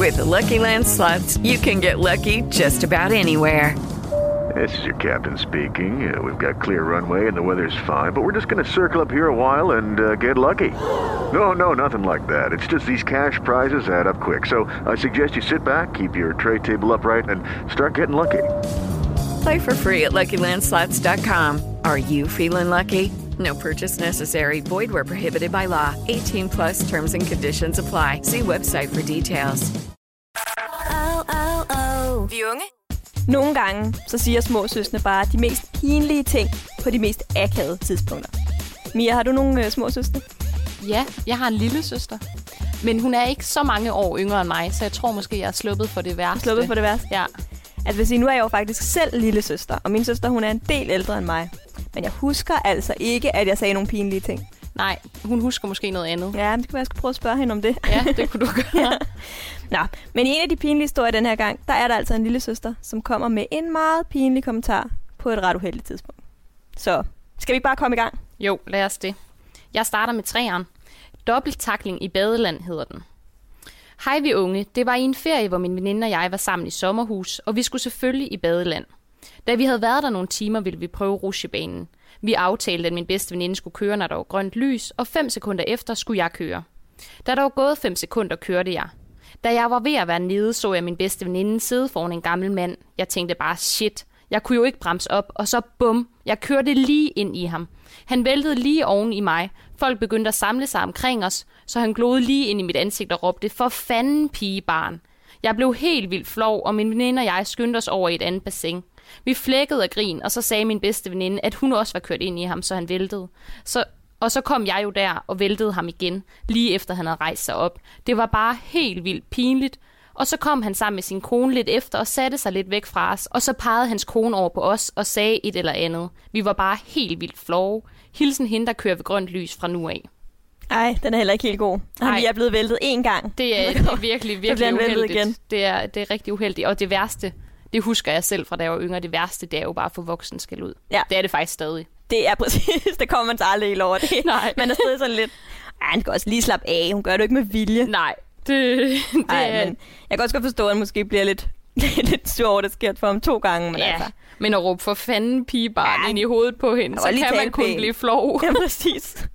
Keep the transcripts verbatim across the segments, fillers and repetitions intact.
With the Lucky Land Slots, you can get lucky just about anywhere. This is your captain speaking. Uh, we've got clear runway and the weather's fine, but we're just going to circle up here a while and uh, get lucky. No, no, nothing like that. It's just these cash prizes add up quick. So I suggest you sit back, keep your tray table upright, and start getting lucky. Play for free at lucky land slots dot com. Are you feeling lucky? No purchase necessary. Void where prohibited by law. eighteen plus terms and conditions apply. See website for details. Oh, oh, oh. Vi unge. Nogle gange så siger små søstre bare de mest pinlige ting på de mest akavede tidspunkter. Mia, har du nogle øh, små søstre? Ja, jeg har en lille søster. Men hun er ikke så mange år yngre end mig, så jeg tror måske, jeg er sluppet for det værste. Sluppet for det værste? Ja. Altså vil sige, nu er jeg jo faktisk selv lille søster, og min søster hun er en del ældre end mig. Men jeg husker altså ikke, at jeg sagde nogle pinlige ting. Nej, hun husker måske noget andet. Ja, men det kunne være, jeg skulle prøve at spørge hende om det. Ja, det kunne du gøre. Ja. Nå, men i en af de pinlige historier den her gang, der er der altså en lille søster, som kommer med en meget pinlig kommentar på et ret uheldigt tidspunkt. Så skal vi ikke bare komme i gang? Jo, lad os det. Jeg starter med træeren. Dobbelttakling i badeland hedder den. Hej vi unge, det var i en ferie, hvor min veninde og jeg var sammen i sommerhus, og vi skulle selvfølgelig i badeland. Da vi havde været der nogle timer, ville vi prøve rutsjebanen. Vi aftalte, at min bedste veninde skulle køre, når der var grønt lys, og fem sekunder efter skulle jeg køre. Da der var gået fem sekunder, kørte jeg. Da jeg var ved at være nede, så jeg min bedste veninde sidde foran en gammel mand. Jeg tænkte bare, shit, jeg kunne jo ikke bremse op, og så bum, jeg kørte lige ind i ham. Han væltede lige oven i mig. Folk begyndte at samle sig omkring os, så han glodede lige ind i mit ansigt og råbte, for fanden pigebarn. Jeg blev helt vildt flov, og min veninde og jeg skyndte os over i et andet bassin. Vi flækkede af grin, og så sagde min bedste veninde, at hun også var kørt ind i ham, så han væltede. Så, og så kom jeg jo der og væltede ham igen, lige efter han havde rejst sig op. Det var bare helt vildt pinligt. Og så kom han sammen med sin kone lidt efter og satte sig lidt væk fra os, og så pegede hans kone over på os og sagde et eller andet. Vi var bare helt vildt flove. Hilsen hende, der kører ved grønt lys fra nu af. Ej, den er heller ikke helt god. Han lige er blevet væltet én gang. Det er, det er virkelig, virkelig uheldigt. Igen. Det er, det er rigtig uheldigt. Og det værste, det husker jeg selv fra da jeg var yngre, det værste, det er jo bare at få voksen skal ud. Ja. Det er det faktisk stadig. Det er præcis, det kommer man så aldrig helt over det. Nej. Man er stadig sådan lidt, ej, han skal også lige slappe af, hun gør det ikke med vilje. Nej, det, det Ej, er... men jeg kan også godt forstå, at han måske bliver lidt, lidt sur over, det sker for ham to gange. Men, ja. altså. Men at råbe for fanden pigebarn ja. ind i hovedet på hende, så kan man kun blive flov. Ja, præcis.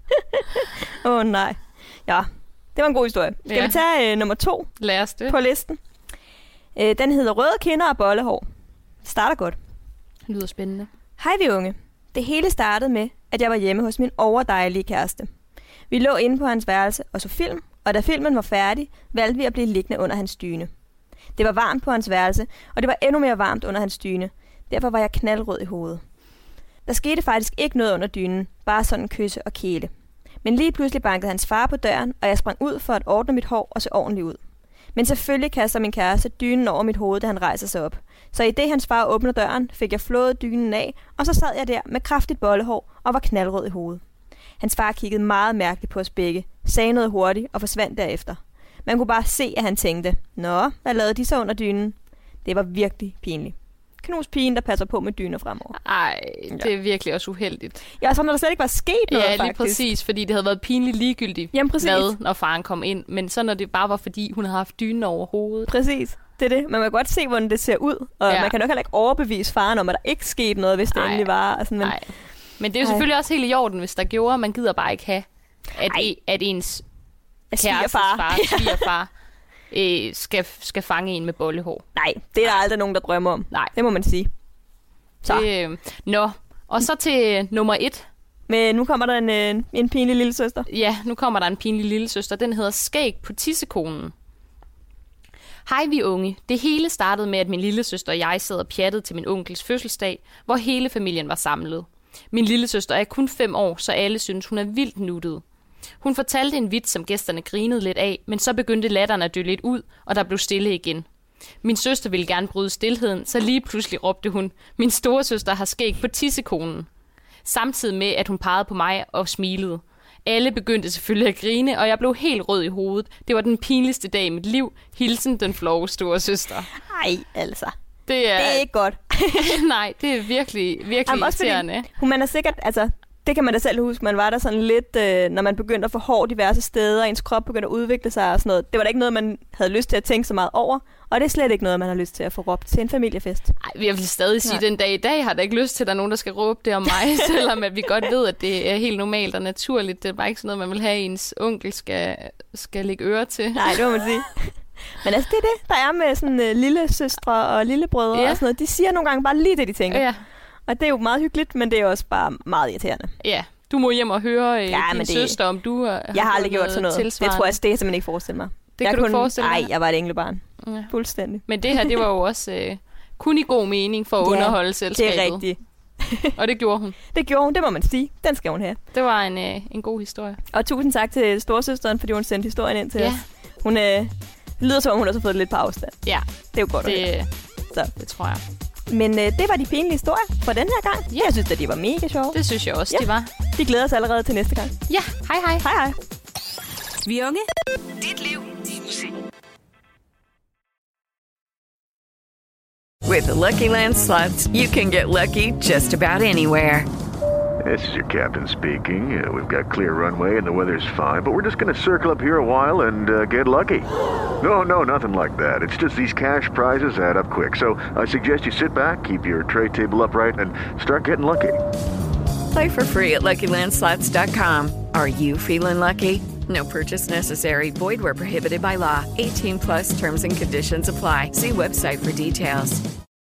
Åh oh, nej. Ja, det var en god historie. Skal ja. vi tage øh, nummer to Lad os det. på listen? Øh, den hedder Røde kinder og bollehår. Det starter godt. Det lyder spændende. Hej vi unge. Det hele startede med, at jeg var hjemme hos min overdejlige kæreste. Vi lå inde på hans værelse og så film, og da filmen var færdig, valgte vi at blive liggende under hans dyne. Det var varmt på hans værelse, og det var endnu mere varmt under hans dyne. Derfor var jeg knaldrød i hovedet. Der skete faktisk ikke noget under dynen, bare sådan en kysse og kæle. Men lige pludselig bankede hans far på døren, og jeg sprang ud for at ordne mit hår og se ordentligt ud. Men selvfølgelig kaster min kæreste dynen over mit hoved, da han rejser sig op. Så i det hans far åbner døren, fik jeg flået dynen af, og så sad jeg der med kraftigt bollehår og var knaldrød i hovedet. Hans far kiggede meget mærkeligt på os begge, sagde noget hurtigt og forsvandt derefter. Man kunne bare se, at han tænkte, nå, hvad lavede de så under dynen? Det var virkelig pinligt. Knus pigen, der passer på med dyner fremover. Ej, det er virkelig også uheldigt. Ja, så når der slet ikke var sket noget, ja, lige faktisk. præcis, fordi det havde været pinligt ligegyldigt, Jamen, præcis. hvad, når faren kom ind. Men så når det bare var, fordi hun havde haft dynen over hovedet. Præcis, det er det. Man kan godt se, hvordan det ser ud, og ja. man kan nok heller ikke overbevise faren om, at der ikke skete noget, hvis det Ej. endelig var. Altså, men... Nej. Men det er jo selvfølgelig Ej. også helt i orden, hvis der gjorde, man gider bare ikke have, at, e, at ens kærestes far, svigerfar, øh, skal, skal fange en med bollehår. Nej, det er der aldrig nogen, der drømmer om. Nej. Det må man sige. Så. Det, nå, og så til nummer et. Men nu kommer der en, en, en pinlig lille søster. Ja, nu kommer der en pinlig lille søster. Den hedder Skæg på tissekonen. Hej vi unge. Det hele startede med, at min lille søster og jeg sad og pjattede til min onkels fødselsdag, hvor hele familien var samlet. Min lille søster er kun fem år, så alle synes, hun er vildt nuttet. Hun fortalte en vits, som gæsterne grinede lidt af, men så begyndte latteren at dø lidt ud, og der blev stille igen. Min søster ville gerne bryde stilheden, så lige pludselig råbte hun, min storesøster har skæg på tissekonen. Samtidig med, at hun pegede på mig og smilede. Alle begyndte selvfølgelig at grine, og jeg blev helt rød i hovedet. Det var den pinligste dag i mit liv. Hilsen den flove storesøster. Ej, altså. Det er, det er ikke godt. Nej, det er virkelig, virkelig Jamen, irriterende. Fordi, hun man er sikkert, altså, det kan man da selv huske. Man var der sådan lidt, øh, når man begyndte at få hår diverse steder, ens krop begyndte at udvikle sig og sådan noget. Det var da ikke noget, man havde lyst til at tænke så meget over. Og det er slet ikke noget, man har lyst til at få råbt til en familiefest. Ej, jeg vil stadig sige, at den dag i dag har der ikke lyst til, at der er nogen, der skal råbe det om mig, selvom at vi godt ved, at det er helt normalt og naturligt. Det er bare ikke sådan noget, man vil have, at ens onkel skal, skal lægge øre til. Nej, det må man sige. Men altså, det er det, der er med sådan uh, lille søstre og lillebrødre ja. og sådan noget. De siger nogle gange bare lige det, de tænker. Ja. Og det er jo meget hyggeligt, men det er også bare meget irriterende. Ja, du må hjem og høre øh, ja, din det... søster, om du har Jeg har aldrig gjort sådan noget. Det tror jeg, det er simpelthen ikke forestille mig. Det jeg kan kun... du forestille dig? Nej, jeg var et englebarn. Ja. Fuldstændig. Men det her, det var jo også øh, kun i god mening for at ja, underholde selskabet. Det er rigtigt. Og det gjorde hun. Det gjorde hun, det må man sige. Den skal hun have. Det var en, øh, en god historie. Og tusind tak til storesøsteren, fordi hun sendte historien ind til ja. os. Hun øh, lyder som om, hun også har fået det lidt på afstand. Ja. Det er jo godt det, at høre. Så. Det tror jeg. Men øh, det var de pinlige historier for den her gang. Ja. Jeg synes, at de var mega sjove. Det synes jeg også, ja. de var. Vi glæder os allerede til næste gang. Ja, hej hej. Hej hej. Vi unge. Dit liv, din musik. With the Lucky Land Slots, you can get lucky just about anywhere. This is your captain speaking. Uh, we've got clear runway and the weather's fine, but we're just going to circle up here a while and uh, get lucky. No, no, nothing like that. It's just these cash prizes add up quick. So I suggest you sit back, keep your tray table upright, and start getting lucky. Play for free at Lucky Land Slots dot com. Are you feeling lucky? No purchase necessary. Void where prohibited by law. eighteen plus terms and conditions apply. See website for details.